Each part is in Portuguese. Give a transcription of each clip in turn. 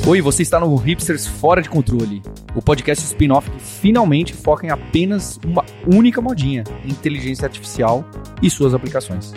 Oi, você está no Hipsters Fora de Controle, o podcast spin-off que finalmente foca em apenas uma única modinha, inteligência artificial e suas aplicações.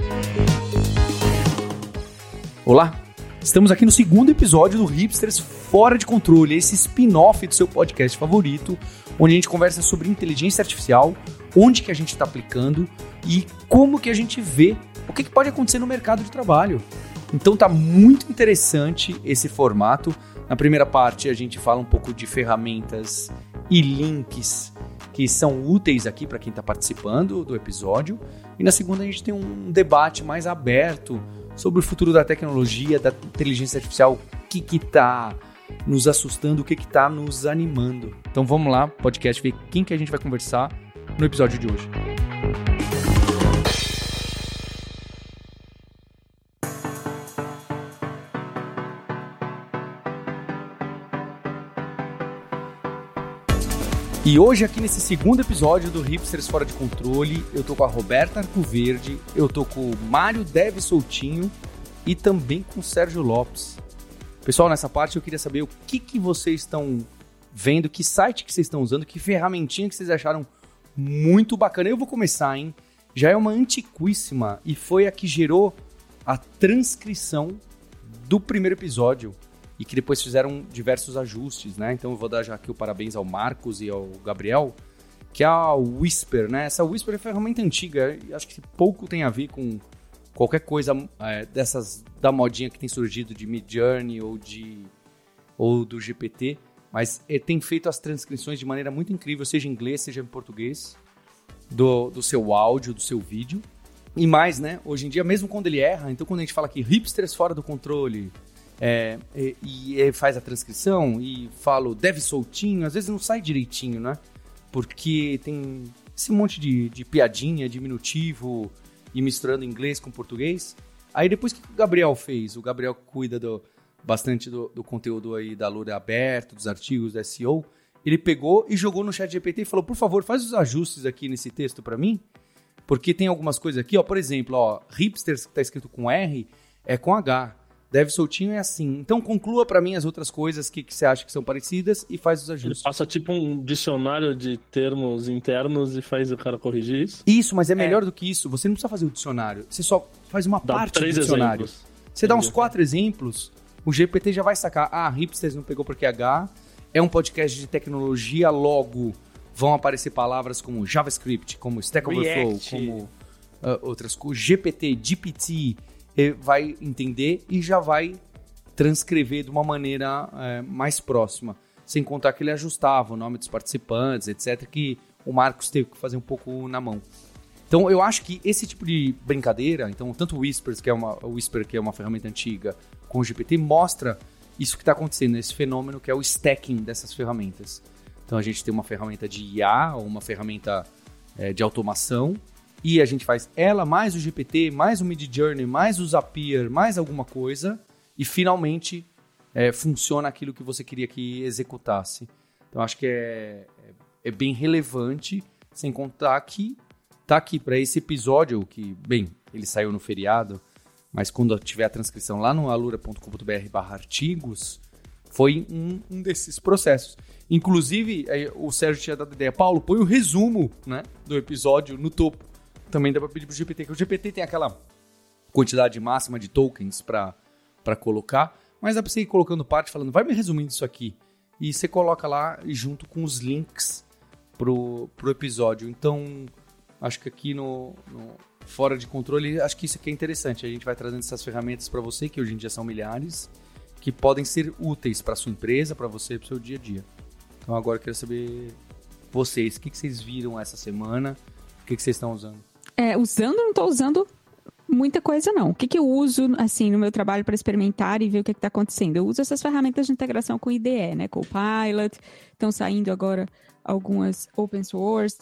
Olá, estamos aqui no segundo episódio do Hipsters Fora de Controle, esse spin-off do seu podcast favorito, onde a gente conversa sobre inteligência artificial, onde que a gente está aplicando e como que a gente vê o que pode acontecer no mercado de trabalho. Então tá muito interessante esse formato. Na primeira parte a gente fala um pouco de ferramentas e links que são úteis aqui para quem está participando do episódio. E na segunda a gente tem um debate mais aberto sobre o futuro da tecnologia, da inteligência artificial, o que está nos assustando, o que está nos animando. Então vamos lá, podcast, ver quem que a gente vai conversar no episódio de hoje. E hoje aqui nesse segundo episódio do Hipsters Fora de Controle, eu tô com a Roberta Arcoverde, eu tô com o Mário Dev Soutinho e também com o Sérgio Lopes. Pessoal, nessa parte eu queria saber o que vocês estão vendo, que site que vocês estão usando, que ferramentinha que vocês acharam muito bacana. Eu vou começar, hein? Já é uma antiquíssima e foi a que gerou a transcrição do primeiro episódio. E que depois fizeram diversos ajustes, né? Então eu vou dar já aqui o parabéns ao Marcos e ao Gabriel, que é a Whisper, né? Essa Whisper é uma ferramenta antiga, e acho que pouco tem a ver com qualquer coisa dessas da modinha que tem surgido de Midjourney ou do GPT, mas tem feito as transcrições de maneira muito incrível, seja em inglês, seja em português, do seu áudio, do seu vídeo. E mais, né? Hoje em dia, mesmo quando ele erra, então quando a gente fala aqui hipsters fora do controle... E faz a transcrição e fala o Dev Soutinho, às vezes não sai direitinho, né? Porque tem esse monte de piadinha, diminutivo e misturando inglês com português. Aí depois, o que o Gabriel fez? O Gabriel cuida bastante do conteúdo aí da Lura aberto, dos artigos da SEO. Ele pegou e jogou no ChatGPT e falou, por favor, faz os ajustes aqui nesse texto para mim, porque tem algumas coisas aqui, ó, por exemplo, ó, hipsters que tá escrito com R é com H. Dev Soutinho é assim. Então, conclua para mim as outras coisas que você acha que são parecidas e faz os ajustes. Ele passa tipo um dicionário de termos internos e faz o cara corrigir isso? Isso, mas é melhor do que isso. Você não precisa fazer o dicionário. Você só faz uma parte do dicionário. Exemplos. Você dá uns 4 exemplos, o GPT já vai sacar. Ah, hipsters não pegou porque H. É um podcast de tecnologia, logo vão aparecer palavras como JavaScript, como Stack Overflow, como outras coisas. GPT, vai entender e já vai transcrever de uma maneira mais próxima. Sem contar que ele ajustava o nome dos participantes, etc., que o Marcos teve que fazer um pouco na mão. Então, eu acho que esse tipo de brincadeira, então, tanto o Whisper, que é uma ferramenta antiga, com o GPT, mostra isso que está acontecendo, esse fenômeno que é o stacking dessas ferramentas. Então, a gente tem uma ferramenta de IA, ou uma ferramenta de automação, e a gente faz ela, mais o GPT, mais o Midjourney, mais o Zapier, mais alguma coisa, e finalmente funciona aquilo que você queria que executasse. Então, acho que é bem relevante, sem contar que tá aqui para esse episódio, que, bem, ele saiu no feriado, mas quando tiver a transcrição lá no alura.com.br/artigos, foi um desses processos. Inclusive, o Sérgio tinha dado ideia, Paulo, põe o resumo, né, do episódio no topo. Também dá para pedir pro GPT, que o GPT tem aquela quantidade máxima de tokens para colocar, mas dá para você ir colocando parte, falando, vai me resumindo isso aqui. E você coloca lá junto com os links pro episódio. Então, acho que aqui no Fora de Controle, acho que isso aqui é interessante. A gente vai trazendo essas ferramentas para você, que hoje em dia são milhares, que podem ser úteis para sua empresa, para você, para o seu dia a dia. Então, agora eu quero saber vocês, o que vocês viram essa semana, o que vocês estão usando? Não estou usando muita coisa, não. O que eu uso, assim, no meu trabalho para experimentar e ver o que está acontecendo? Eu uso essas ferramentas de integração com IDE, né? Copilot, estão saindo agora algumas open source,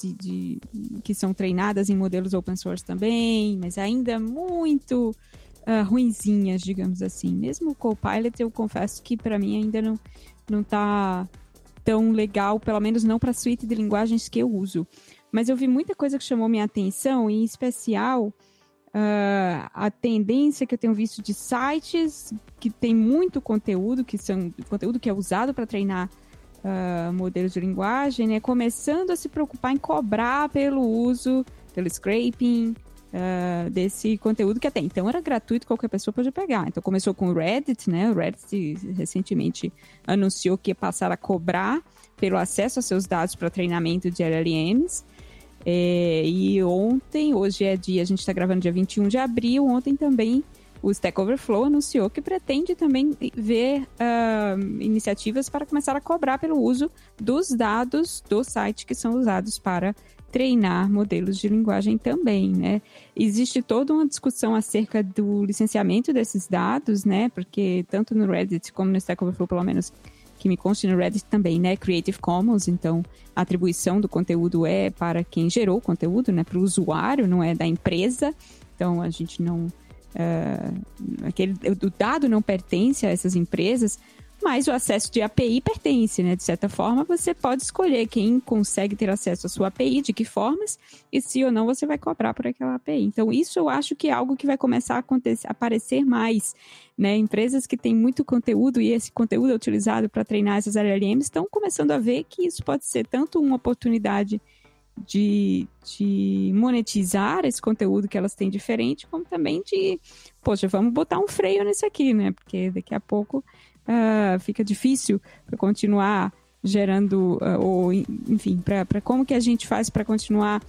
que são treinadas em modelos open source também, mas ainda muito ruinzinhas, digamos assim. Mesmo o Copilot, eu confesso que para mim ainda não está tão legal, pelo menos não para a suite de linguagens que eu uso. Mas eu vi muita coisa que chamou minha atenção, em especial a tendência que eu tenho visto de sites que tem muito conteúdo, conteúdo que é usado para treinar modelos de linguagem, né, começando a se preocupar em cobrar pelo uso, pelo scraping, desse conteúdo que até então era gratuito, qualquer pessoa podia pegar. Então começou com o Reddit, né? O Reddit recentemente anunciou que ia passar a cobrar pelo acesso aos seus dados para treinamento de LLMs. E ontem, hoje a gente está gravando dia 21 de abril, ontem também o Stack Overflow anunciou que pretende também ver iniciativas para começar a cobrar pelo uso dos dados do site que são usados para treinar modelos de linguagem também, né? Existe toda uma discussão acerca do licenciamento desses dados, né? Porque tanto no Reddit como no Stack Overflow, pelo menos que me conste no Reddit também, né? Creative Commons, então a atribuição do conteúdo é para quem gerou o conteúdo, né? Para o usuário, não é da empresa. Então a gente não... o dado não pertence a essas empresas, mas o acesso de API pertence, né? De certa forma, você pode escolher quem consegue ter acesso à sua API, de que formas, e se ou não você vai cobrar por aquela API. Então, isso eu acho que é algo que vai começar a aparecer mais, né? Empresas que têm muito conteúdo e esse conteúdo é utilizado para treinar essas LLMs estão começando a ver que isso pode ser tanto uma oportunidade de monetizar esse conteúdo que elas têm diferente, como também de, poxa, vamos botar um freio nisso aqui, né? Porque daqui a pouco fica difícil para continuar gerando, ou enfim, para como que a gente faz para continuar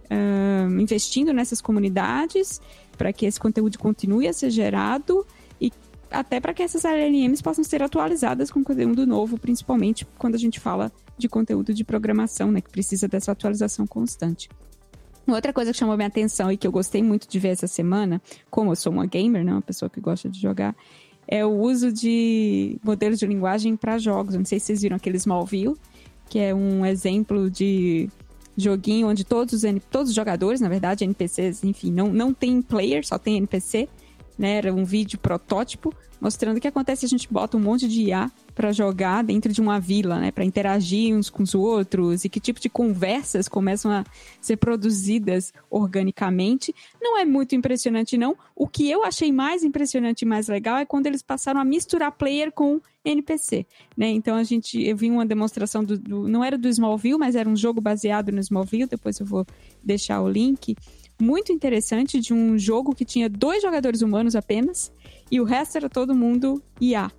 investindo nessas comunidades, para que esse conteúdo continue a ser gerado e até para que essas LLMs possam ser atualizadas com conteúdo novo, principalmente quando a gente fala de conteúdo de programação, né, que precisa dessa atualização constante. Outra coisa que chamou minha atenção e que eu gostei muito de ver essa semana, como eu sou uma gamer, né, uma pessoa que gosta de jogar, é o uso de modelos de linguagem para jogos. Eu não sei se vocês viram aquele Smallville, que é um exemplo de joguinho onde todos os jogadores, na verdade, NPCs, enfim, não tem player, só tem NPC, né? Era um vídeo protótipo mostrando o que acontece se a gente bota um monte de IA para jogar dentro de uma vila, né? Para interagir uns com os outros e que tipo de conversas começam a ser produzidas organicamente. Não é muito impressionante, não. O que eu achei mais impressionante e mais legal é quando eles passaram a misturar player com NPC, né? Então eu vi uma demonstração não era do Smallville, mas era um jogo baseado no Smallville, depois eu vou deixar o link. Muito interessante, de um jogo que tinha 2 jogadores humanos apenas e o resto era todo mundo IA.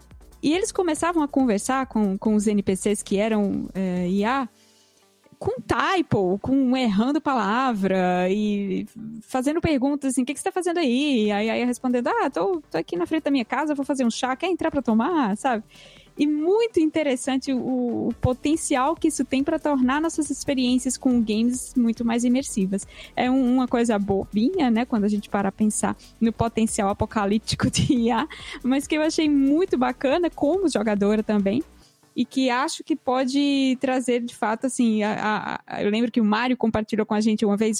E eles começavam a conversar com os NPCs que eram IA com typo, com errando palavra e fazendo perguntas assim, o que você está fazendo aí? Aí respondendo, tô aqui na frente da minha casa, vou fazer um chá, quer entrar para tomar, sabe? E muito interessante o potencial que isso tem para tornar nossas experiências com games muito mais imersivas. É uma coisa bobinha, né, quando a gente para a pensar no potencial apocalíptico de IA, mas que eu achei muito bacana como jogadora também, e que acho que pode trazer, de fato, assim, eu lembro que o Mário compartilhou com a gente uma vez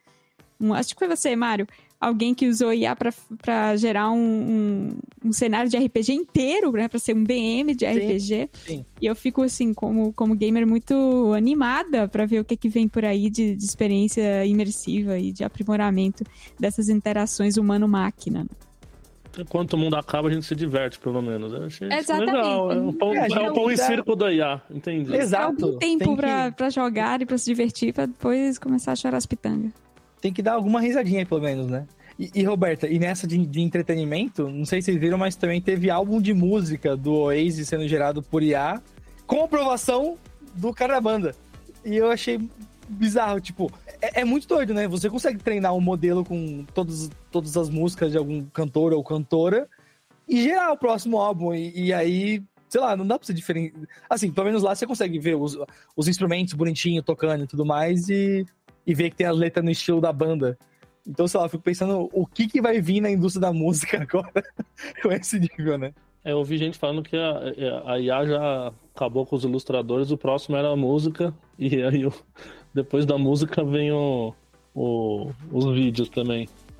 acho que foi você, Mário, alguém que usou IA para gerar um cenário de RPG inteiro, né, para ser um BM de RPG. Sim. E eu fico, assim, como gamer, muito animada para ver o que vem por aí de experiência imersiva e de aprimoramento dessas interações humano-máquina. Enquanto o mundo acaba, a gente se diverte, pelo menos. Eu achei exatamente. Legal. É o pão e circo da IA, entendi. Exato. Algum tempo pra jogar e pra se divertir, pra depois começar a chorar as pitangas. Tem que dar alguma risadinha aí, pelo menos, né? E Roberta, e nessa de entretenimento, não sei se vocês viram, mas também teve álbum de música do Oasis sendo gerado por IA, com aprovação do cara da banda. E eu achei bizarro, tipo, é muito doido, né? Você consegue treinar um modelo com todas as músicas de algum cantor ou cantora e gerar o próximo álbum. E aí, sei lá, não dá pra ser diferente. Assim, pelo menos lá você consegue ver os instrumentos bonitinhos tocando e tudo mais e ver que tem as letras no estilo da banda. Então, sei lá, eu fico pensando o que vai vir na indústria da música agora com esse nível, né? Eu ouvi gente falando que a IA já acabou com os ilustradores, o próximo era a música, e aí depois da música vem os vídeos também.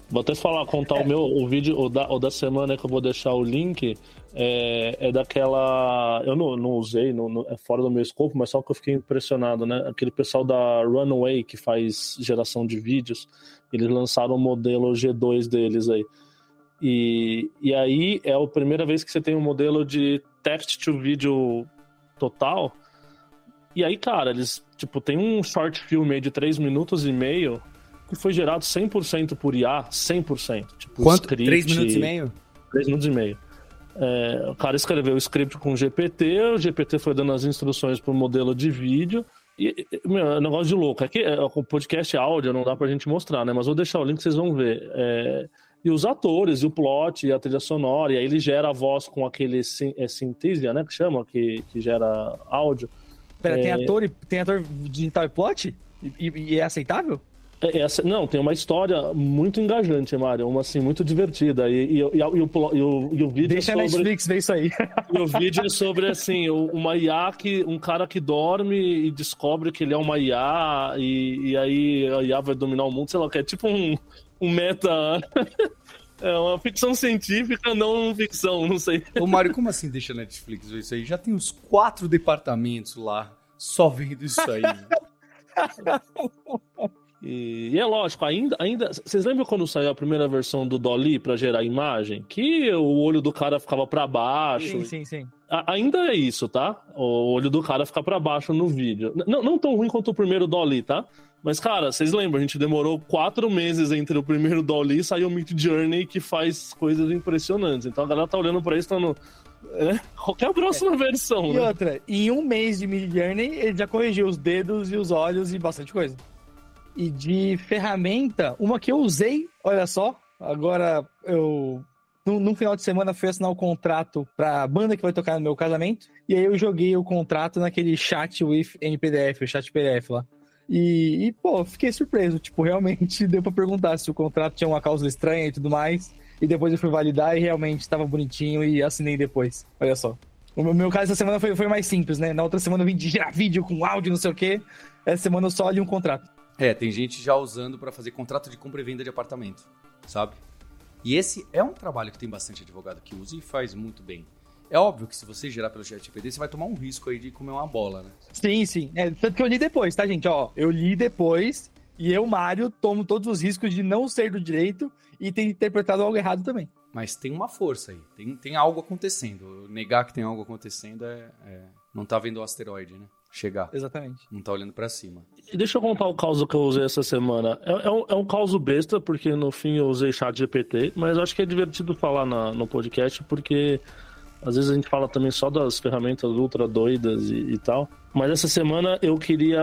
Vou até contar o vídeo, o da semana que eu vou deixar o link, é daquela... Eu não usei, é fora do meu escopo, mas só que eu fiquei impressionado, né? Aquele pessoal da Runway, que faz geração de vídeos, eles lançaram o modelo G2 deles aí. E aí é a primeira vez que você tem um modelo de text to video total. E aí, cara, eles, tem um short film aí de 3 minutos e meio que foi gerado 100% por IA, 100%. Quanto? Script, 3 minutos e meio? 3 minutos e meio. O cara escreveu o script com o GPT, o GPT foi dando as instruções pro modelo de vídeo. E, é um negócio de louco. Aqui, o podcast áudio não dá pra gente mostrar, né? Mas vou deixar o link que vocês vão ver. E os atores, e o plot, e a trilha sonora, e aí ele gera a voz com aquele Synthesia, né? Que chama, que gera áudio. Pera, tem ator digital e plot? E é aceitável? Não, tem uma história muito engajante, Mário, uma assim, muito divertida. E o vídeo Deixa a Netflix ver isso aí. E o vídeo é sobre, assim, uma IA um cara que dorme e descobre que ele é uma IA, e aí a IA vai dominar o mundo, sei lá, que é tipo um meta... É uma ficção científica, não ficção, não sei. Ô, Mário, como assim deixa a Netflix ver isso aí? Já tem uns 4 departamentos lá só vendo isso aí. E é lógico, ainda. Vocês lembram quando saiu a primeira versão do DALL-E pra gerar imagem? Que o olho do cara ficava pra baixo. Sim. Ainda é isso, tá? O olho do cara fica pra baixo no vídeo. Não tão ruim quanto o primeiro DALL-E, tá? Mas, cara, vocês lembram? A gente demorou 4 meses entre o primeiro DALL-E e saiu o Midjourney, que faz coisas impressionantes. Então a galera tá olhando pra isso e falando... qualquer a próxima versão, e né? outra, em um mês de Midjourney, ele já corrigiu os dedos e os olhos e bastante coisa. E de ferramenta, uma que eu usei, olha só, agora eu... No final de semana fui assinar o contrato pra banda que vai tocar no meu casamento, e aí eu joguei o contrato naquele chat with NPDF, o chat PDF lá. E, pô, fiquei surpreso, realmente deu pra perguntar se o contrato tinha uma cláusula estranha e tudo mais, e depois eu fui validar e realmente estava bonitinho e assinei depois, olha só. O meu caso essa semana foi mais simples, né? Na outra semana eu vim de gerar vídeo com áudio, não sei o quê, essa semana eu só li um contrato. Tem gente já usando pra fazer contrato de compra e venda de apartamento, sabe? E esse é um trabalho que tem bastante advogado que usa e faz muito bem. É óbvio que se você gerar pelo ChatGPT, você vai tomar um risco aí de comer uma bola, né? Sim. Tanto que eu li depois, tá, gente? Eu li depois e eu, Mário, tomo todos os riscos de não ser do direito e ter interpretado algo errado também. Mas tem uma força aí, tem algo acontecendo. Negar que tem algo acontecendo não tá vendo o asteroide, né? Chegar. Exatamente. Não tá olhando pra cima. E deixa eu contar o caso que eu usei essa semana. É um caso besta, porque no fim eu usei ChatGPT, mas eu acho que é divertido falar no podcast, porque às vezes a gente fala também só das ferramentas ultra doidas e tal. Mas essa semana eu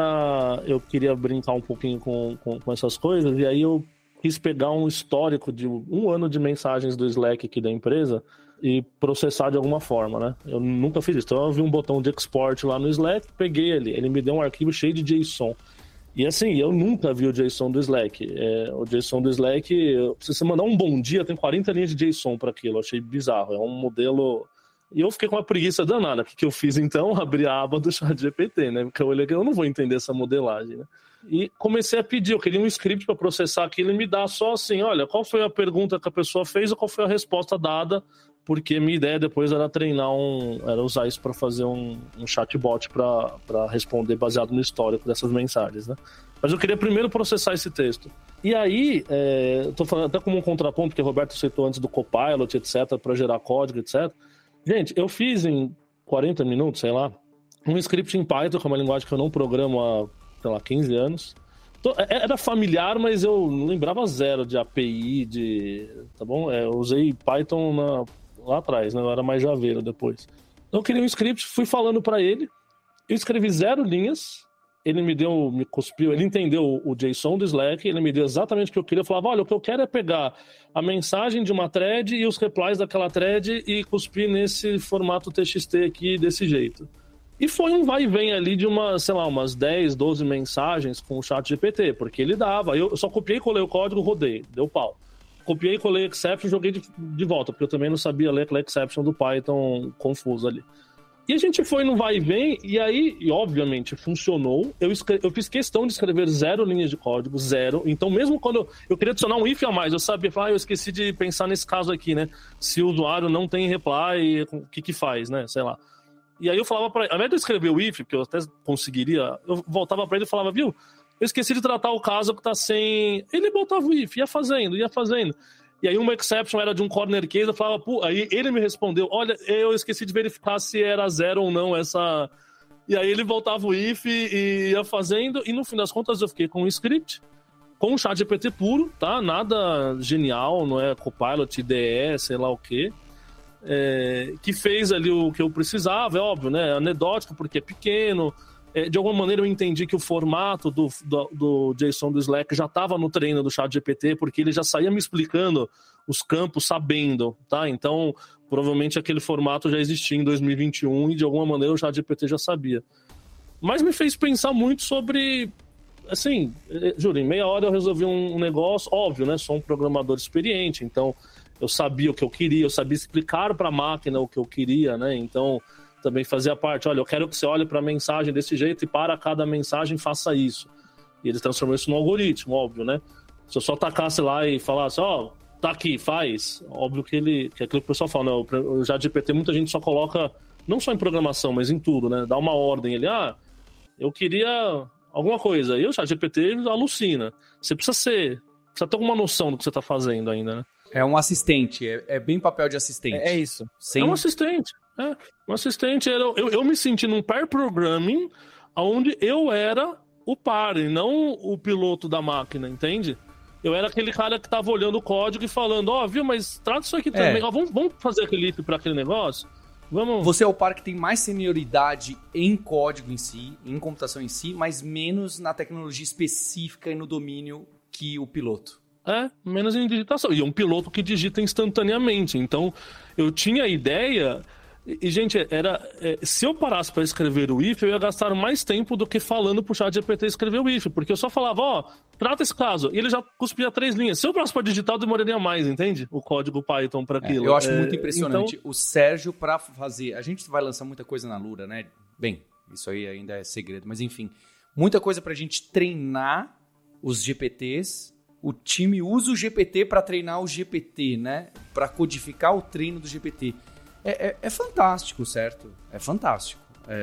queria brincar um pouquinho com essas coisas, e aí eu quis pegar um histórico de 1 ano de mensagens do Slack aqui da empresa e processar de alguma forma, né? Eu nunca fiz isso. Então eu vi um botão de export lá no Slack, peguei ele me deu um arquivo cheio de JSON. E assim, eu nunca vi o JSON do Slack. O JSON do Slack, se você mandar um bom dia, tem 40 linhas de JSON para aquilo. Eu achei bizarro. É um modelo... E eu fiquei com uma preguiça danada. O que eu fiz então? Abri a aba do ChatGPT, né? Porque eu olhei que eu não vou entender essa modelagem, né? E comecei a pedir, eu queria um script para processar aquilo e me dar só assim, olha, qual foi a pergunta que a pessoa fez ou qual foi a resposta dada, porque minha ideia depois era era usar isso para fazer um chatbot para responder baseado no histórico dessas mensagens, né? Mas eu queria primeiro processar esse texto. E aí, estou falando até como um contraponto, porque o Roberto citou antes do Copilot, etc., para gerar código, etc. Gente, eu fiz em 40 minutos, sei lá, um script em Python, que é uma linguagem que eu não programo há, sei lá, 15 anos. Era familiar, mas eu lembrava zero de API, tá bom? Eu usei Python lá atrás, né? Eu era mais javeiro depois. Então eu queria um script, fui falando para ele, eu escrevi 0 linhas, ele me cuspiu, ele entendeu o JSON do Slack, ele me deu exatamente o que eu queria, eu falava, olha, o que eu quero é pegar a mensagem de uma thread e os replies daquela thread e cuspir nesse formato TXT aqui, desse jeito. E foi um vai e vem ali de umas 10, 12 mensagens com o ChatGPT, porque ele dava, eu só copiei, colei o código, rodei, deu pau. Copiei, colei exception, joguei de volta, porque eu também não sabia ler aquela exception do Python confusa ali. E a gente foi no vai e vem, e aí, obviamente, funcionou. Eu fiz questão de escrever 0 linhas de código, 0. Então, mesmo quando eu queria adicionar um if a mais, eu sabia, eu esqueci de pensar nesse caso aqui, né? Se o usuário não tem reply, o que faz, né? Sei lá. E aí eu falava pra ele, ao invés de eu escrever o if, que eu até conseguiria, eu voltava pra ele e falava, viu, eu esqueci de tratar o caso que tá sem... Ele botava o if, ia fazendo. E aí uma exception era de um corner case, eu falava, aí ele me respondeu, olha, eu esqueci de verificar se era 0 ou não essa... E aí ele voltava o if e ia fazendo, e no fim das contas eu fiquei com um script, com um ChatGPT puro, tá? Nada genial, não é Copilot, IDE, sei lá o quê, que fez ali o que eu precisava, é óbvio, né? Anedótico, porque é pequeno. De alguma maneira eu entendi que o formato do JSON do Slack já estava no treino do ChatGPT, porque ele já saía me explicando os campos sabendo, tá? Então, provavelmente aquele formato já existia em 2021 e de alguma maneira o ChatGPT já sabia. Mas me fez pensar muito sobre... Assim, juro, em meia hora eu resolvi um negócio, óbvio, né? Sou um programador experiente, então eu sabia o que eu queria, eu sabia explicar para a máquina o que eu queria, né? Então... também fazia parte, olha, eu quero que você olhe para a mensagem desse jeito e para cada mensagem faça isso. E eles transformam isso num algoritmo, óbvio, né? Se eu só tacasse lá e falasse, tá aqui, faz, óbvio que é aquilo que o pessoal fala, né? O ChatGPT, muita gente só coloca, não só em programação, mas em tudo, né? Dá uma ordem, ele, eu queria alguma coisa, e o ChatGPT alucina. Você precisa ter alguma noção do que você está fazendo ainda, né? É um assistente, é bem papel de assistente. É isso. É um assistente. Um assistente, eu me senti num pair programming onde eu era o par e não o piloto da máquina, entende? Eu era aquele cara que tava olhando o código e falando, viu, mas trata isso aqui também, vamos fazer aquele if para aquele negócio? Vamos... Você é o par que tem mais senioridade em código em si, em computação em si, mas menos na tecnologia específica e no domínio que o piloto. Menos em digitação. E é um piloto que digita instantaneamente. Então, eu tinha a ideia... E, gente, se eu parasse para escrever o if, eu ia gastar mais tempo do que falando pro ChatGPT escrever o if, porque eu só falava, trata esse caso, e ele já cuspia 3 linhas. Se eu parasse para digitar, eu demoraria mais, entende? O código Python para aquilo. Eu acho muito impressionante. Então... O Sérgio, para fazer... A gente vai lançar muita coisa na Lura, né? Bem, isso aí ainda é segredo, mas enfim. Muita coisa pra gente treinar os GPTs. O time usa o GPT para treinar o GPT, né? Para codificar o treino do GPT. É fantástico, certo? É fantástico.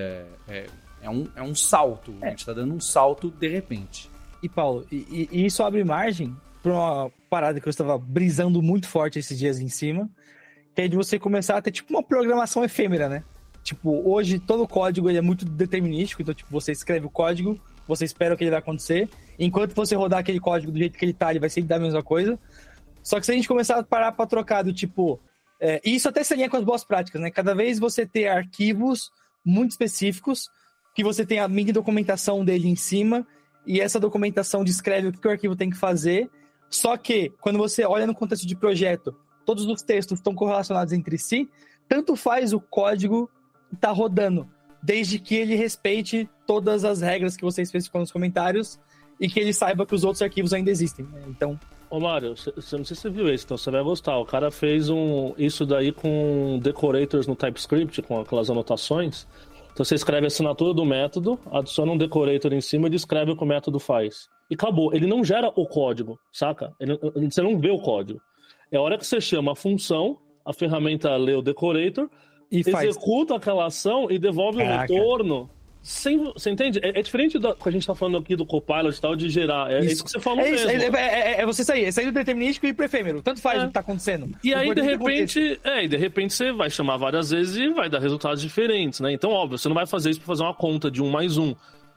É um salto. A gente tá dando um salto de repente. E, Paulo, e isso abre margem para uma parada que eu estava brisando muito forte esses dias em cima, que é de você começar a ter, tipo, uma programação efêmera, né? Tipo, hoje todo o código ele é muito determinístico, então, tipo, você escreve o código, você espera o que ele vai acontecer, enquanto você rodar aquele código do jeito que ele tá, ele vai sempre dar a mesma coisa. Só que se a gente começar a parar para trocar do tipo... E isso até se alinha com as boas práticas, né? Cada vez você ter arquivos muito específicos, que você tem a mini documentação dele em cima, e essa documentação descreve o que o arquivo tem que fazer, só que, quando você olha no contexto de projeto, todos os textos estão correlacionados entre si, tanto faz o código estar rodando, desde que ele respeite todas as regras que você especificou nos comentários, e que ele saiba que os outros arquivos ainda existem, né? Então... Ô Mário, você não sei se você viu isso, então você vai gostar. O cara fez isso daí com decorators no TypeScript, com aquelas anotações. Então você escreve a assinatura do método, adiciona um decorator em cima e descreve o que o método faz. E acabou. Ele não gera o código, saca? Você não vê o código. É a hora que você chama a função, a ferramenta lê o decorator, e executa aquela ação e devolve o retorno. Você entende? É diferente do que a gente tá falando aqui do Copilot e tal, de gerar. É isso que você falou mesmo. É você sair. É sair do determinístico e ir pro efêmero. Tanto faz o que tá acontecendo. E aí, de repente, você vai chamar várias vezes e vai dar resultados diferentes, né? Então, óbvio, você não vai fazer isso pra fazer uma conta de 1 mais 1.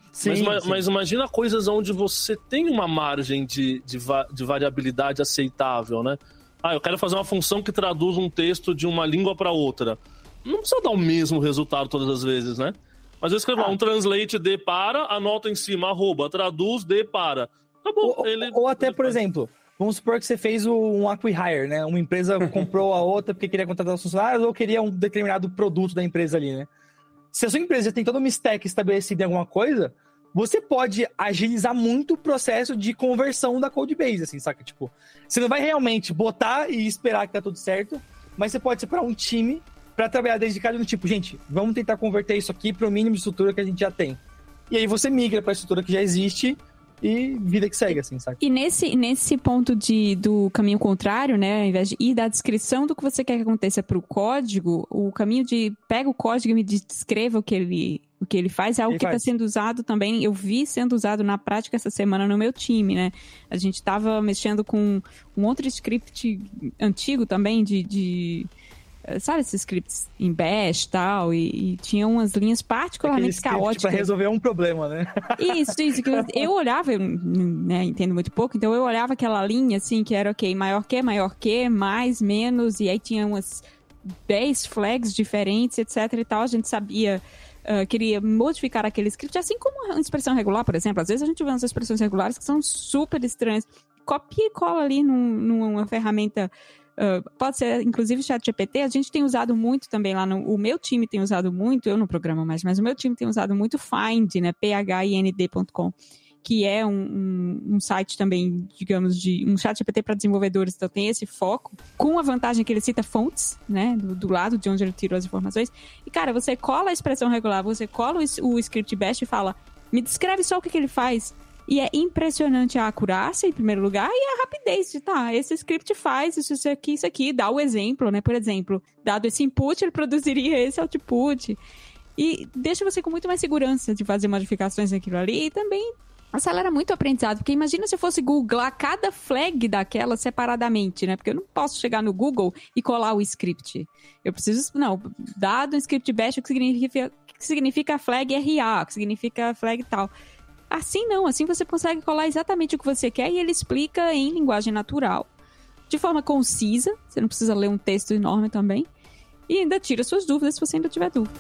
Mas imagina coisas onde você tem uma margem de variabilidade aceitável, né? Eu quero fazer uma função que traduz um texto de uma língua para outra. Não precisa dar o mesmo resultado todas as vezes, né? Mas eu escrevo um translate de para, anota em cima, @ traduz de para. Acabou. Ou até, por exemplo, vamos supor que você fez um acqui-hire, né? Uma empresa comprou a outra porque queria contratar os funcionários ou queria um determinado produto da empresa ali, né? Se a sua empresa tem toda uma stack estabelecida em alguma coisa, você pode agilizar muito o processo de conversão da codebase, assim, saca? Tipo, você não vai realmente botar e esperar que tá tudo certo, mas você pode separar um time pra trabalhar dedicado no tipo, gente, vamos tentar converter isso aqui pro mínimo de estrutura que a gente já tem. E aí você migra pra estrutura que já existe e vida que segue, assim, sabe? E nesse ponto do caminho contrário, né, ao invés de ir da descrição do que você quer que aconteça pro código, o caminho de pega o código e me descreva o que ele faz é algo que está sendo usado também, eu vi sendo usado na prática essa semana no meu time, né? A gente estava mexendo com um outro script antigo também sabe esses scripts em Bash tal, e tinha umas linhas particularmente caóticas. Para resolver um problema, né? Isso. Eu olhava, eu né, entendo muito pouco, então eu olhava aquela linha assim, que era maior que, mais, menos, e aí tinha umas 10 flags diferentes, etc e tal, a gente sabia... queria modificar aquele script, assim como uma expressão regular, por exemplo. Às vezes a gente vê umas expressões regulares que são super estranhas. Copia e cola ali numa ferramenta, pode ser inclusive ChatGPT. A gente tem usado muito também lá, o meu time tem usado muito, eu não programo mais, mas o meu time tem usado muito Find, né, phind.com, que é um site também, digamos, de um chat GPT para desenvolvedores, então tem esse foco, com a vantagem que ele cita fontes, né, do lado de onde ele tirou as informações. E, cara, você cola a expressão regular, você cola o script bash e fala, me descreve só o que ele faz. E é impressionante a acurácia, em primeiro lugar, e a rapidez de, esse script faz isso aqui, dá o exemplo, né, por exemplo, dado esse input, ele produziria esse output. E deixa você com muito mais segurança de fazer modificações naquilo ali, e também acelera muito o aprendizado, porque imagina se eu fosse googlar cada flag daquela separadamente, né? Porque eu não posso chegar no Google e colar o script. Eu preciso, dado um script bash, o que significa flag RA, o que significa flag tal. Assim não, assim você consegue colar exatamente o que você quer e ele explica em linguagem natural, de forma concisa, você não precisa ler um texto enorme também, e ainda tira suas dúvidas se você ainda tiver dúvida.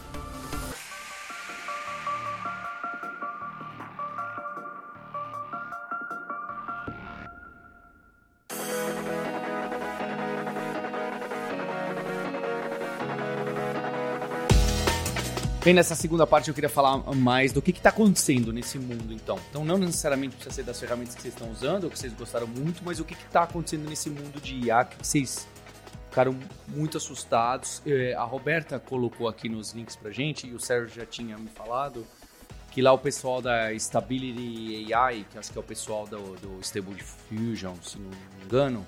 Bem, nessa segunda parte eu queria falar mais do que está acontecendo nesse mundo, então. Então, não necessariamente precisa ser das ferramentas que vocês estão usando, ou que vocês gostaram muito, mas o que está acontecendo nesse mundo de IA, que vocês ficaram muito assustados. A Roberta colocou aqui nos links pra gente, e o Sérgio já tinha me falado, que lá o pessoal da Stability AI, que acho que é o pessoal do Stable Diffusion, se não me engano,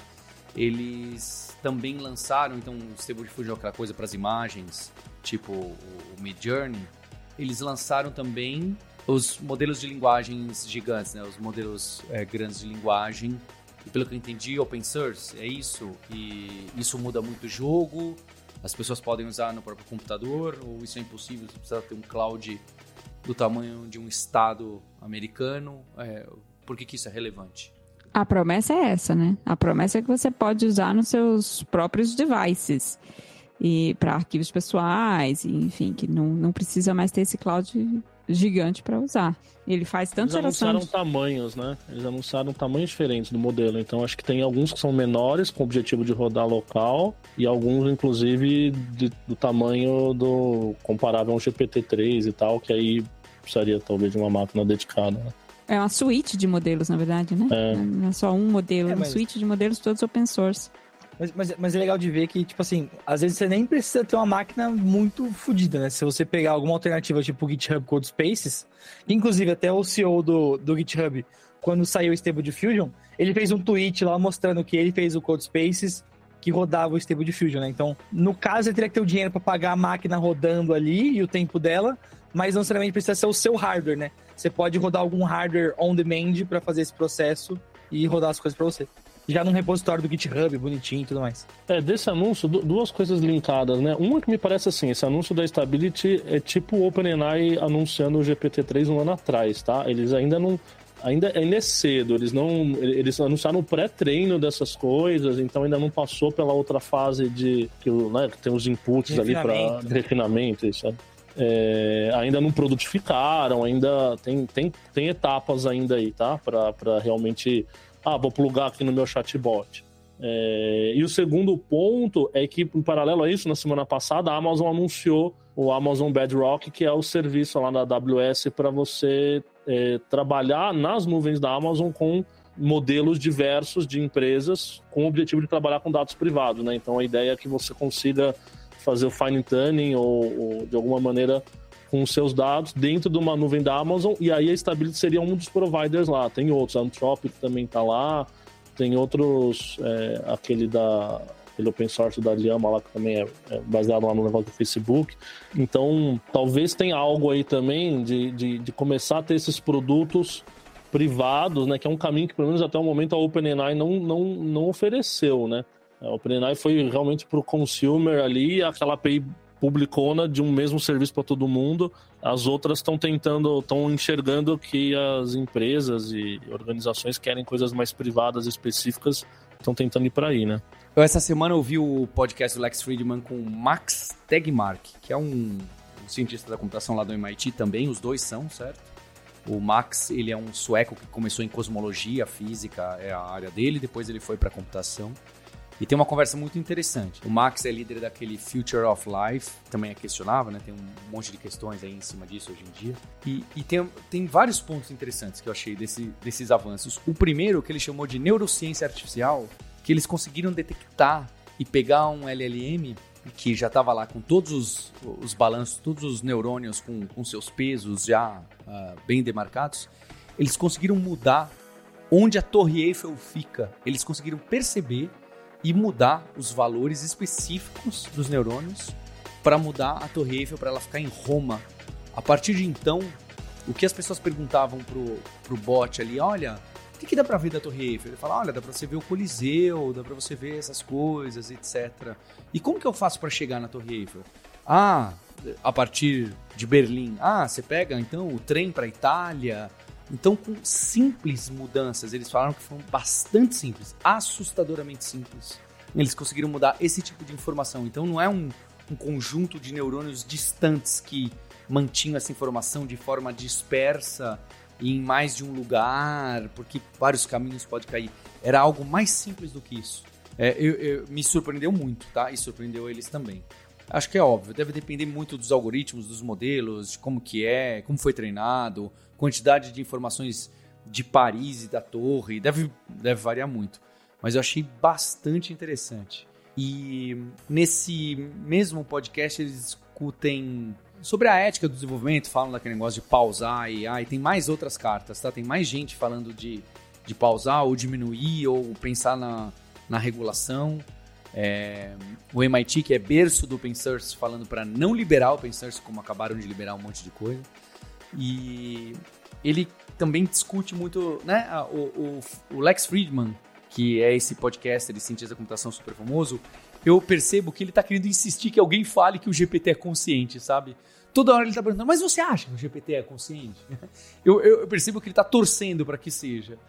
eles também lançaram, então o Stable Diffusion é aquela coisa para as imagens, tipo o Midjourney, eles lançaram também os modelos de linguagens gigantes, né? Os modelos grandes de linguagem, e pelo que eu entendi, open source, é isso, e isso muda muito o jogo, as pessoas podem usar no próprio computador, ou isso é impossível, você precisa ter um cloud do tamanho de um estado americano, por que isso é relevante? A promessa é essa, né? A promessa é que você pode usar nos seus próprios devices e para arquivos pessoais, e, enfim, que não precisa mais ter esse cloud gigante para usar. Ele faz tanto geração. Eles anunciaram tamanhos, né? Eles anunciaram tamanhos diferentes do modelo. Então, acho que tem alguns que são menores, com o objetivo de rodar local, e alguns, inclusive, do tamanho comparável ao GPT-3 e tal, que aí precisaria, talvez, de uma máquina dedicada, né? É uma suíte de modelos, na verdade, né? Não é só um modelo, é uma suíte de modelos todos open source. Mas é legal de ver que, tipo assim, às vezes você nem precisa ter uma máquina muito fodida, né? Se você pegar alguma alternativa, tipo o GitHub Codespaces, inclusive até o CEO do GitHub, quando saiu o Stable Diffusion, ele fez um tweet lá mostrando que ele fez o Codespaces que rodava o Stable Diffusion, né? Então, no caso, ele teria que ter o dinheiro para pagar a máquina rodando ali e o tempo dela, mas não necessariamente precisa ser o seu hardware, né? Você pode rodar algum hardware on demand para fazer esse processo e rodar as coisas para você. Já num repositório do GitHub, bonitinho e tudo mais. Desse anúncio, duas coisas linkadas, né? Uma que me parece assim, esse anúncio da Stability é tipo o OpenAI anunciando o GPT-3 um ano atrás, tá? Eles ainda não... Ainda é cedo, eles anunciaram o pré-treino dessas coisas, então ainda não passou pela outra fase que tem os inputs ali para refinamento, isso, sabe? Ainda não produtificaram, ainda tem etapas ainda aí, tá? Para realmente, vou plugar aqui no meu chatbot. E o segundo ponto é que, em paralelo a isso, na semana passada, a Amazon anunciou o Amazon Bedrock, que é o serviço lá da AWS para você trabalhar nas nuvens da Amazon com modelos diversos de empresas com o objetivo de trabalhar com dados privados, né? Então a ideia é que você consiga fazer o fine tuning ou de alguma maneira com os seus dados dentro de uma nuvem da Amazon, e aí a Stability seria um dos providers lá. Tem outros, a Anthropic também está lá, tem outros, aquele open source da Llama lá, que também é baseado lá no negócio do Facebook. Então, talvez tenha algo aí também de começar a ter esses produtos privados, né, que é um caminho que, pelo menos até o momento, a OpenAI não ofereceu, né? A OpenAI foi realmente para o consumer ali, aquela API publicona de um mesmo serviço para todo mundo. As outras estão enxergando que as empresas e organizações querem coisas mais privadas, específicas, estão tentando ir para aí, né? Essa semana eu vi o podcast do Lex Fridman com o Max Tegmark, que é um cientista da computação lá do MIT também, os dois são, certo? O Max, ele é um sueco que começou em cosmologia, física, é a área dele, depois ele foi para computação. E tem uma conversa muito interessante. O Max é líder daquele Future of Life, também é questionável, né? Tem um monte de questões aí em cima disso hoje em dia. E tem vários pontos interessantes que eu achei desses avanços. O primeiro, que ele chamou de neurociência artificial, que eles conseguiram detectar e pegar um LLM que já estava lá com todos os balanços, todos os neurônios com seus pesos já bem demarcados. Eles conseguiram mudar onde a Torre Eiffel fica. Eles conseguiram perceber e mudar os valores específicos dos neurônios para mudar a Torre Eiffel para ela ficar em Roma. A partir de então, o que as pessoas perguntavam pro bot ali, olha, o que dá para ver da Torre Eiffel? Ele fala, olha, dá para você ver o Coliseu, dá para você ver essas coisas, etc. E como que eu faço para chegar na Torre Eiffel? Ah, a partir de Berlim. Ah, você pega então o trem para a Itália. Então, com simples mudanças, eles falaram que foram bastante simples, assustadoramente simples. Eles conseguiram mudar esse tipo de informação. Então, não é um conjunto de neurônios distantes que mantinham essa informação de forma dispersa e em mais de um lugar, porque vários caminhos podem cair. Era algo mais simples do que isso. Me surpreendeu muito, tá? E surpreendeu eles também. Acho que é óbvio, deve depender muito dos algoritmos, dos modelos, de como que é, como foi treinado, quantidade de informações de Paris e da torre, deve variar muito. Mas eu achei bastante interessante. E nesse mesmo podcast eles discutem sobre a ética do desenvolvimento, falam daquele negócio de pausar a AI, tem mais outras cartas, tá? Tem mais gente falando de pausar ou diminuir ou pensar na regulação. O MIT, que é berço do open source, falando para não liberar o open source, como acabaram de liberar um monte de coisa. E ele também discute muito, né, o Lex Fridman, que é esse podcaster de cientista da computação super famoso. Eu percebo que ele está querendo insistir que alguém fale que o GPT é consciente, sabe? Toda hora ele está perguntando, mas você acha que o GPT é consciente? Eu percebo que ele está torcendo para que seja.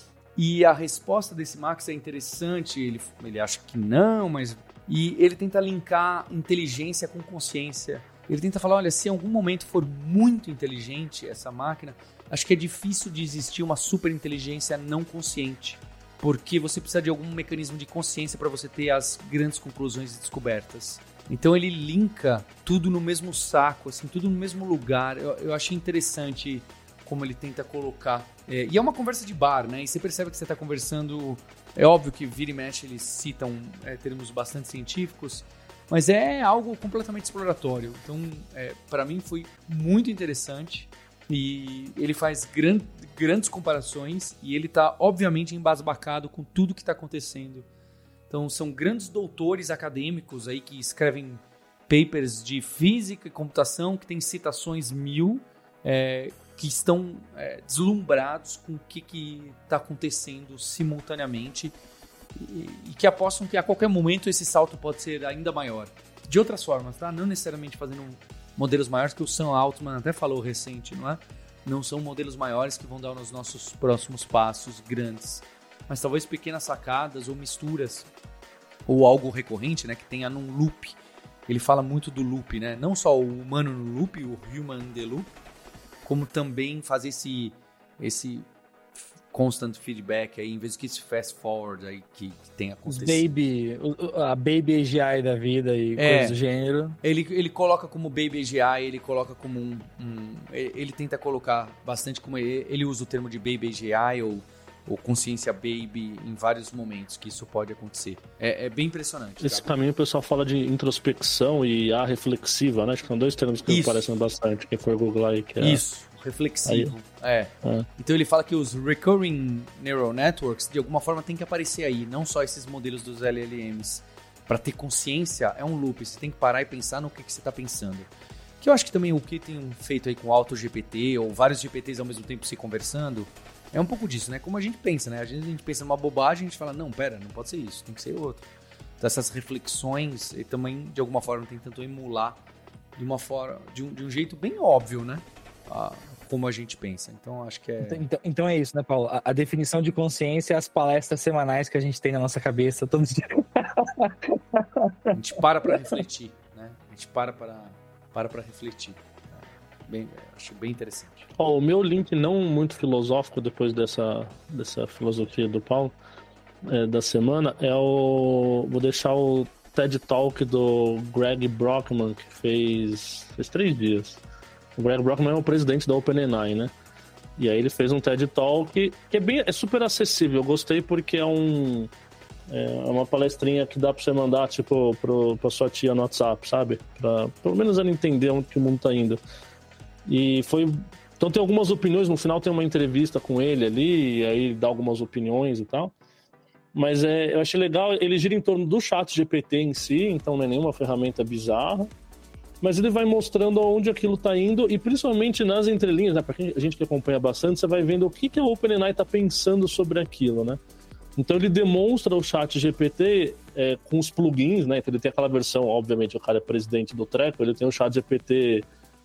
E a resposta desse Max é interessante, ele acha que não, mas... E ele tenta linkar inteligência com consciência. Ele tenta falar, olha, se em algum momento for muito inteligente essa máquina, acho que é difícil de existir uma superinteligência não consciente, porque você precisa de algum mecanismo de consciência para você ter as grandes conclusões e descobertas. Então ele linka tudo no mesmo saco, assim, tudo no mesmo lugar. Eu achei interessante como ele tenta colocar. E é uma conversa de bar, né? E você percebe que você está conversando... É óbvio que vira e mexe eles citam termos bastante científicos, mas é algo completamente exploratório. Então, para mim foi muito interessante e ele faz grandes comparações e ele está, obviamente, embasbacado com tudo que está acontecendo. Então, são grandes doutores acadêmicos aí que escrevem papers de física e computação que têm citações 1000, que estão deslumbrados com o que está acontecendo simultaneamente e que apostam que a qualquer momento esse salto pode ser ainda maior. De outras formas, tá? Não necessariamente fazendo modelos maiores, que o Sam Altman até falou recente, não é? Não são modelos maiores que vão dar nos nossos próximos passos grandes, mas talvez pequenas sacadas ou misturas ou algo recorrente, né, que tenha num loop. Ele fala muito do loop, né? Não só o humano no loop, o human in the loop, como também fazer esse constant feedback aí, em vez que esse fast forward aí que tem acontecido. A Baby AGI da vida e coisas do gênero. Ele coloca como Baby AGI, ele coloca como ele tenta colocar bastante como ele usa o termo de Baby AGI ou ou consciência baby em vários momentos que isso pode acontecer. É bem impressionante. Esse caminho o pessoal fala de introspecção e IA reflexiva, né? Acho que são 2 termos que aparecem bastante. Quem for Google aí. Que é isso, reflexivo. Então ele fala que os Recurring Neural Networks, de alguma forma, tem que aparecer aí. Não só esses modelos dos LLMs. Para ter consciência, é um loop. Você tem que parar e pensar no que você está pensando. Que eu acho que também o que tem feito aí com o AutoGPT, ou vários GPTs ao mesmo tempo se conversando, é um pouco disso, né? Como a gente pensa, né? Às vezes a gente pensa numa bobagem e a gente fala, não, pera, não pode ser isso, tem que ser outro. Então essas reflexões e também, de alguma forma, tentando emular de uma forma, de um jeito bem óbvio, né? Como a gente pensa. Então, acho que é... Então é isso, né, Paulo? A definição de consciência é as palestras semanais que a gente tem na nossa cabeça todos os dias. A gente para refletir, né? A gente para refletir. Acho bem interessante. O meu link não muito filosófico depois dessa filosofia do Paulo da semana vou deixar o TED Talk do Greg Brockman, que fez 3 dias. O Greg Brockman é o presidente da OpenAI, né? E aí ele fez um TED Talk que é super acessível. Eu gostei porque é uma palestrinha que dá pra você mandar, tipo, pra sua tia no WhatsApp, sabe? Pra pelo menos ela entender onde que o mundo tá indo. E foi... Então tem algumas opiniões, no final tem uma entrevista com ele ali, e aí dá algumas opiniões e tal. Mas eu achei legal, ele gira em torno do ChatGPT em si, então não é nenhuma ferramenta bizarra. Mas ele vai mostrando aonde aquilo tá indo, e principalmente nas entrelinhas, né? Pra a gente que acompanha bastante, você vai vendo o que a OpenAI tá pensando sobre aquilo, né? Então ele demonstra o ChatGPT com os plugins, né? Então ele tem aquela versão, obviamente o cara é presidente do treco, ele tem o ChatGPT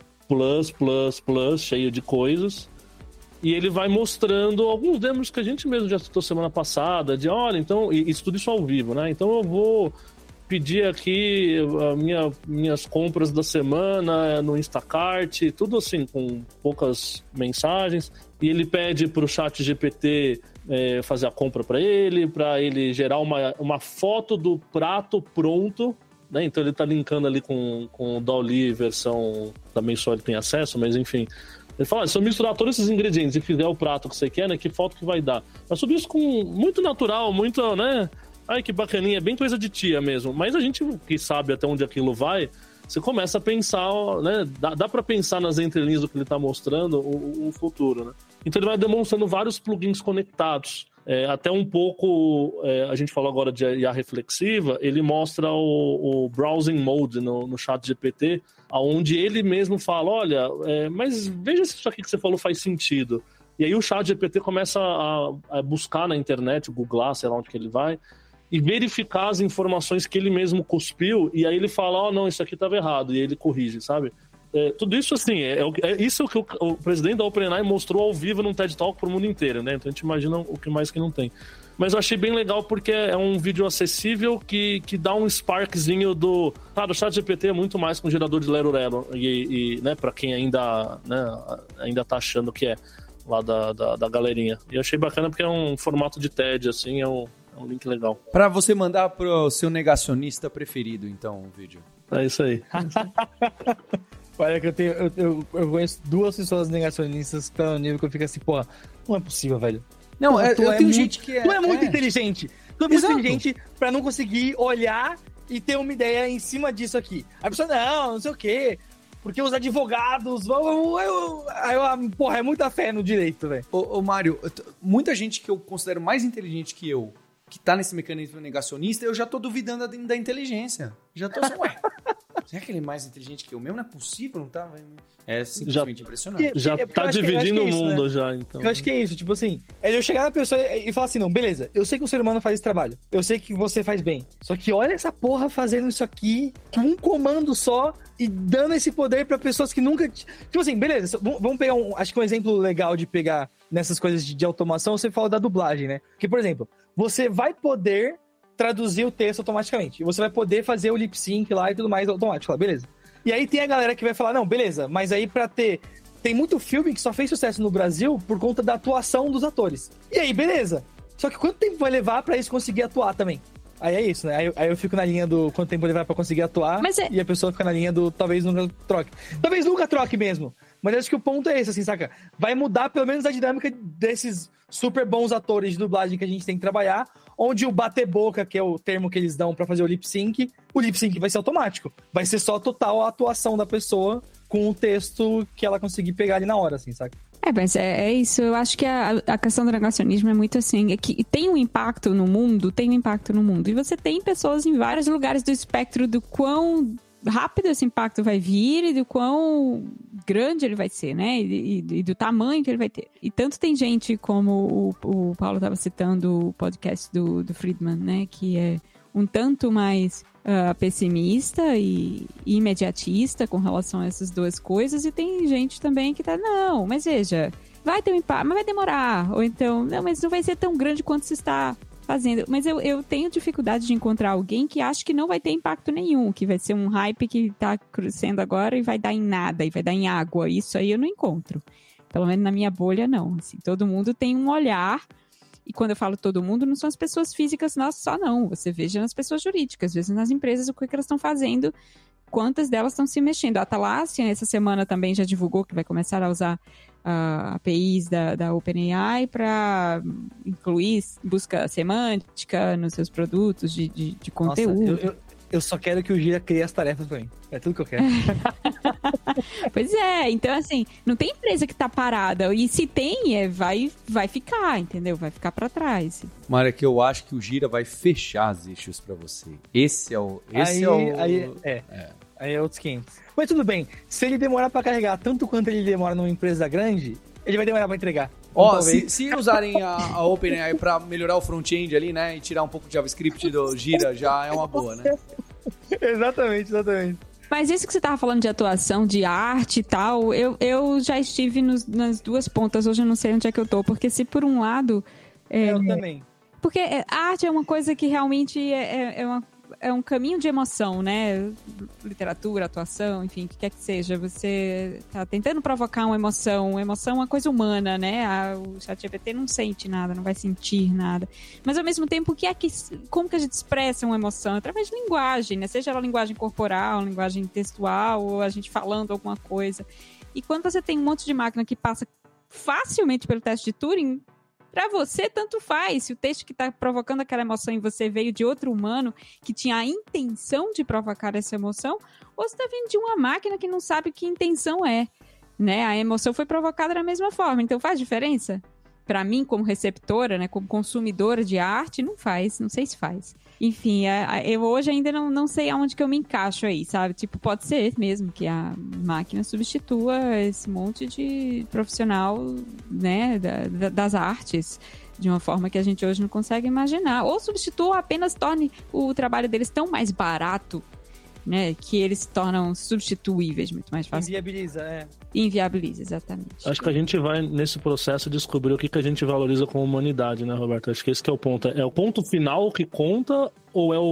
plus, cheio de coisas, e ele vai mostrando alguns demos que a gente mesmo já citou semana passada, de olha, então, e isso tudo isso ao vivo, né? Então eu vou pedir aqui minhas compras da semana no Instacart, tudo assim, com poucas mensagens, e ele pede para o ChatGPT fazer a compra para ele gerar uma foto do prato pronto, né? Então ele está linkando ali com o DALL-E versão, também só ele tem acesso, mas enfim. Ele fala, se eu misturar todos esses ingredientes e fizer o prato que você quer, né, que foto que vai dar? Mas tudo isso com muito natural, muito, né? Ai, que bacaninha, bem coisa de tia mesmo. Mas a gente que sabe até onde aquilo vai, você começa a pensar, né? Dá para pensar nas entrelinhas do que ele está mostrando o futuro, né? Então ele vai demonstrando vários plugins conectados. Até um pouco, a gente falou agora de IA reflexiva, ele mostra o browsing mode no ChatGPT, onde ele mesmo fala, olha, mas veja se isso aqui que você falou faz sentido. E aí o ChatGPT começa a buscar na internet, googlar, sei lá onde que ele vai, e verificar as informações que ele mesmo cuspiu, e aí ele fala, não, isso aqui estava errado, e ele corrige, sabe? Tudo isso, assim, isso que o presidente da OpenAI mostrou ao vivo num TED Talk pro mundo inteiro, né? Então a gente imagina o que mais que não tem. Mas eu achei bem legal porque é um vídeo acessível que dá um sparkzinho do... Cara, o ChatGPT é muito mais que um gerador de lero-lero, e né, pra quem ainda tá achando que é lá da galerinha. E eu achei bacana porque é um formato de TED, assim, é um link legal. Pra você mandar pro seu negacionista preferido, então, o vídeo. É isso aí. Olha que eu conheço 2 pessoas negacionistas pelo nível que eu fico assim, porra, não é possível, velho. Não, tem gente que Tu é muito inteligente. Tu é muito inteligente pra não conseguir olhar e ter uma ideia em cima disso aqui. A pessoa, não sei o quê, porque os advogados porra, é muita fé no direito, velho. Ô Mário, muita gente que eu considero mais inteligente que eu, que tá nesse mecanismo negacionista, eu já tô duvidando da inteligência. Já tô assim, ué, será que ele é mais inteligente que eu mesmo? Não é possível, não tá? É simplesmente impressionante. Já tá dividindo o mundo, né? Já, então. Eu acho que é isso, tipo assim, eu chegar na pessoa e falar assim, não, beleza, eu sei que o ser humano faz esse trabalho, eu sei que você faz bem, só que olha essa porra fazendo isso aqui com um comando só e dando esse poder pra pessoas que nunca... Tipo assim, beleza, vamos pegar acho que um exemplo legal de pegar nessas coisas de automação, você fala da dublagem, né? Porque, por exemplo, você vai poder traduzir o texto automaticamente. E você vai poder fazer o lip sync lá e tudo mais automático lá, beleza. E aí tem a galera que vai falar, não, beleza, mas aí pra ter... Tem muito filme que só fez sucesso no Brasil por conta da atuação dos atores. E aí, beleza. Só que quanto tempo vai levar pra eles conseguir atuar também? Aí é isso, né? Aí eu fico na linha do quanto tempo vai levar pra conseguir atuar, e a pessoa fica na linha do talvez nunca troque. Talvez nunca troque mesmo. Mas acho que o ponto é esse, assim, saca? Vai mudar pelo menos a dinâmica desses super bons atores de dublagem que a gente tem que trabalhar, onde o bater boca, que é o termo que eles dão pra fazer o lip sync vai ser automático. Vai ser só total a atuação da pessoa com o texto que ela conseguir pegar ali na hora, assim, saca? Mas é isso. Eu acho que a questão do negacionismo é muito assim, é que tem um impacto no mundo. E você tem pessoas em vários lugares do espectro do quão rápido esse impacto vai vir e do quão grande ele vai ser, né? E do tamanho que ele vai ter. E tanto tem gente, como o Paulo estava citando o podcast do Friedman, né? Que é um tanto mais pessimista e imediatista com relação a essas duas coisas. E tem gente também que tá, não, mas veja, vai ter um impacto, mas vai demorar. Ou então, não, mas não vai ser tão grande quanto se está fazendo. Mas eu tenho dificuldade de encontrar alguém que acha que não vai ter impacto nenhum, que vai ser um hype que tá crescendo agora e vai dar em nada, e vai dar em água. Isso aí eu não encontro. Pelo menos na minha bolha, não. Assim, todo mundo tem um olhar, e quando eu falo todo mundo, não são as pessoas físicas só não. Você veja nas pessoas jurídicas, às vezes nas empresas, o que elas estão fazendo, quantas delas estão se mexendo. A Atlassian, essa semana, também já divulgou que vai começar a usar APIs da OpenAI para incluir busca semântica nos seus produtos de conteúdo. Nossa, eu só quero que o Gira crie as tarefas para mim. É tudo que eu quero. Pois é, então assim, não tem empresa que tá parada. E se tem, vai ficar, entendeu? Vai ficar para trás. Mara, que eu acho que o Gira vai fechar as issues para você. Aí é outros 500. Mas tudo bem, se ele demorar pra carregar tanto quanto ele demora numa empresa grande, ele vai demorar pra entregar. Ó, se usarem a OpenAI pra melhorar o front-end ali, né, e tirar um pouco de JavaScript do Gira, já é uma boa, né? Exatamente. Mas isso que você tava falando de atuação, de arte e tal, eu já estive nas duas pontas, hoje eu não sei onde é que eu tô, porque se por um lado... eu também. Porque a arte é uma coisa que realmente é um caminho de emoção, né? Literatura, atuação, enfim, o que quer que seja. Você tá tentando provocar uma emoção. Emoção é uma coisa humana, né? O ChatGPT não sente nada, não vai sentir nada. Mas, ao mesmo tempo, como que a gente expressa uma emoção? Através de linguagem, né? Seja ela linguagem corporal, linguagem textual, ou a gente falando alguma coisa. E quando você tem um monte de máquina que passa facilmente pelo teste de Turing, pra você, tanto faz. Se o texto que tá provocando aquela emoção em você veio de outro humano que tinha a intenção de provocar essa emoção, ou se tá vindo de uma máquina que não sabe que intenção é, né? A emoção foi provocada da mesma forma. Então faz diferença? Pra mim, como receptora, né, como consumidora de arte, não faz. Não sei se faz. Enfim, eu hoje ainda não sei aonde que eu me encaixo aí, sabe? Tipo, pode ser mesmo que a máquina substitua esse monte de profissional, né, das artes, de uma forma que a gente hoje não consegue imaginar. Ou substitua ou apenas torne o trabalho deles tão mais barato, né, que eles se tornam substituíveis muito mais fácil. Inviabiliza, exatamente. Acho que a gente vai, nesse processo, descobrir o que a gente valoriza como humanidade, né, Roberto? Acho que esse que é o ponto. É o ponto final que conta ou é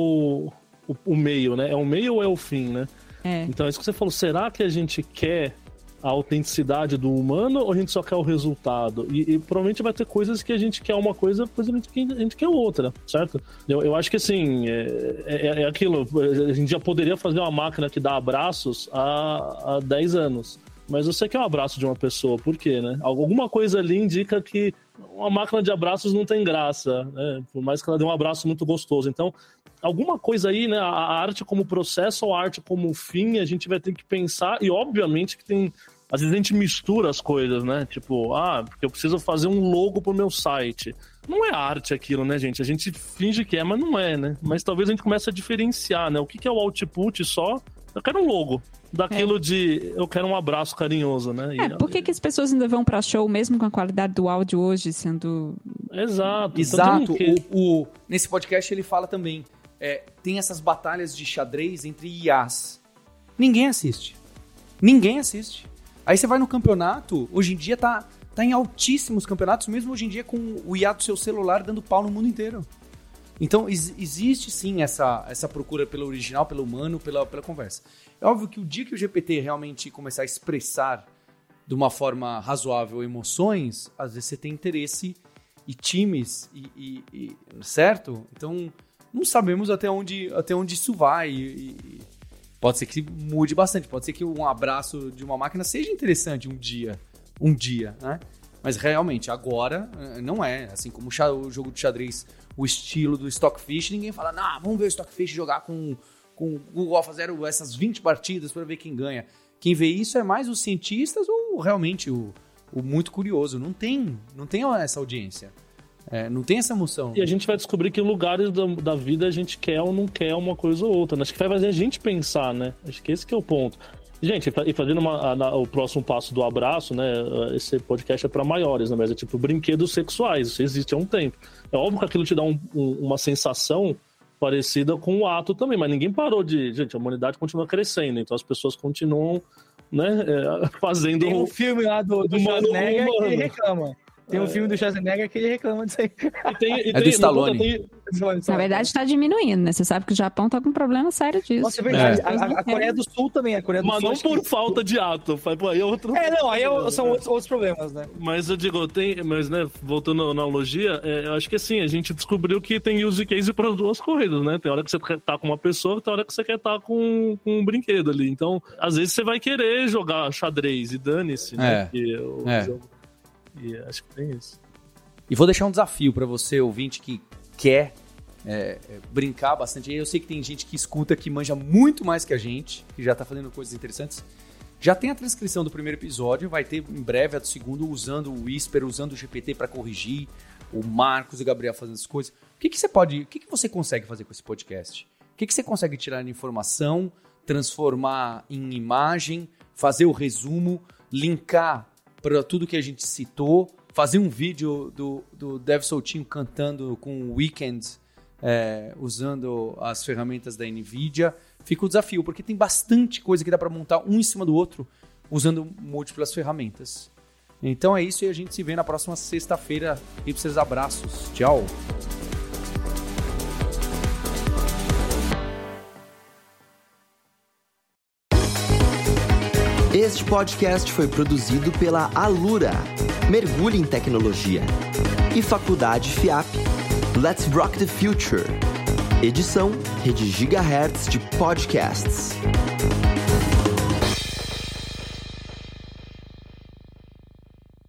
o meio, né? É o meio ou é o fim, né? Então, é isso que você falou. Será que a gente quer a autenticidade do humano ou a gente só quer o resultado? E provavelmente vai ter coisas que a gente quer uma coisa, depois a gente quer outra, certo? Eu acho que assim, é aquilo, a gente já poderia fazer uma máquina que dá abraços há 10 anos, mas você quer um abraço de uma pessoa, por quê, né? Alguma coisa ali indica que uma máquina de abraços não tem graça, né? Por mais que ela dê um abraço muito gostoso. Então, alguma coisa aí, né? A arte como processo ou a arte como fim, a gente vai ter que pensar, e obviamente que tem... Às vezes a gente mistura as coisas, né? Tipo, porque eu preciso fazer um logo pro meu site. Não é arte aquilo, né, gente? A gente finge que é, mas não é, né? Mas talvez a gente comece a diferenciar, né? O que é o output só? Eu quero um logo. Daquilo de eu quero um abraço carinhoso, né? Por que as pessoas ainda vão pra show mesmo com a qualidade do áudio hoje sendo... Exato. Nesse podcast ele fala também, tem essas batalhas de xadrez entre IAs. Ninguém assiste. Aí você vai no campeonato, hoje em dia tá em altíssimos campeonatos, mesmo hoje em dia com o IA do seu celular dando pau no mundo inteiro. Então existe sim essa procura pelo original, pelo humano, pela conversa. É óbvio que o dia que o GPT realmente começar a expressar de uma forma razoável emoções, às vezes você tem interesse e times, certo? Então não sabemos até onde isso vai. Pode ser que mude bastante, pode ser que um abraço de uma máquina seja interessante um dia, né? Mas realmente, agora, não é. Assim como o jogo de xadrez, o estilo do Stockfish, ninguém fala, vamos ver o Stockfish jogar com o Google AlphaZero essas 20 partidas para ver quem ganha. Quem vê isso é mais os cientistas ou realmente o muito curioso. Não tem essa audiência. Não tem essa emoção. E a gente vai descobrir que lugares da vida a gente quer ou não quer uma coisa ou outra, né? Acho que vai fazer a gente pensar, né? Acho que esse que é o ponto. Gente, e fazendo o próximo passo do abraço, né? Esse podcast é para maiores, né? Mas é tipo brinquedos sexuais, isso existe há um tempo. É óbvio que aquilo te dá uma sensação parecida com o ato também, mas ninguém parou Gente, a humanidade continua crescendo, então as pessoas continuam, né, fazendo... Tem um filme lá do Schwarzenegger que ele reclama. Tem um filme do Schwarzenegger que ele reclama disso aí. É do Stallone. Na verdade, está diminuindo, né? Você sabe que o Japão tá com um problema sério disso. Nossa, é verdade. A Coreia do Sul também. Mas não por falta de ato. Aí é outro... são outros problemas, né? Mas eu digo, mas, né, voltando na analogia, eu acho que assim, a gente descobriu que tem use case para as duas coisas, né? Tem hora que você quer estar com uma pessoa, tem hora que você quer estar com um brinquedo ali. Então, às vezes você vai querer jogar xadrez e dane-se, né? Jogo. E acho que tem isso. E vou deixar um desafio para você, ouvinte, que quer brincar bastante. Eu sei que tem gente que escuta, que manja muito mais que a gente, que já tá fazendo coisas interessantes. Já tem a transcrição do primeiro episódio, vai ter em breve a do segundo, usando o Whisper, usando o GPT para corrigir, o Marcos e o Gabriel fazendo as coisas. O que você consegue fazer com esse podcast? O que você consegue tirar de informação, transformar em imagem, fazer o resumo, linkar para tudo que a gente citou, fazer um vídeo do Dev Soltinho cantando com o Weeknd, usando as ferramentas da NVIDIA. Fica o desafio, porque tem bastante coisa que dá para montar um em cima do outro, usando múltiplas ferramentas. Então é isso, e a gente se vê na próxima sexta-feira. Hipsters, abraços. Tchau. Este podcast foi produzido pela Alura, Mergulhe em Tecnologia, e Faculdade FIAP. Let's Rock the Future. Edição Rede Gigahertz de Podcasts.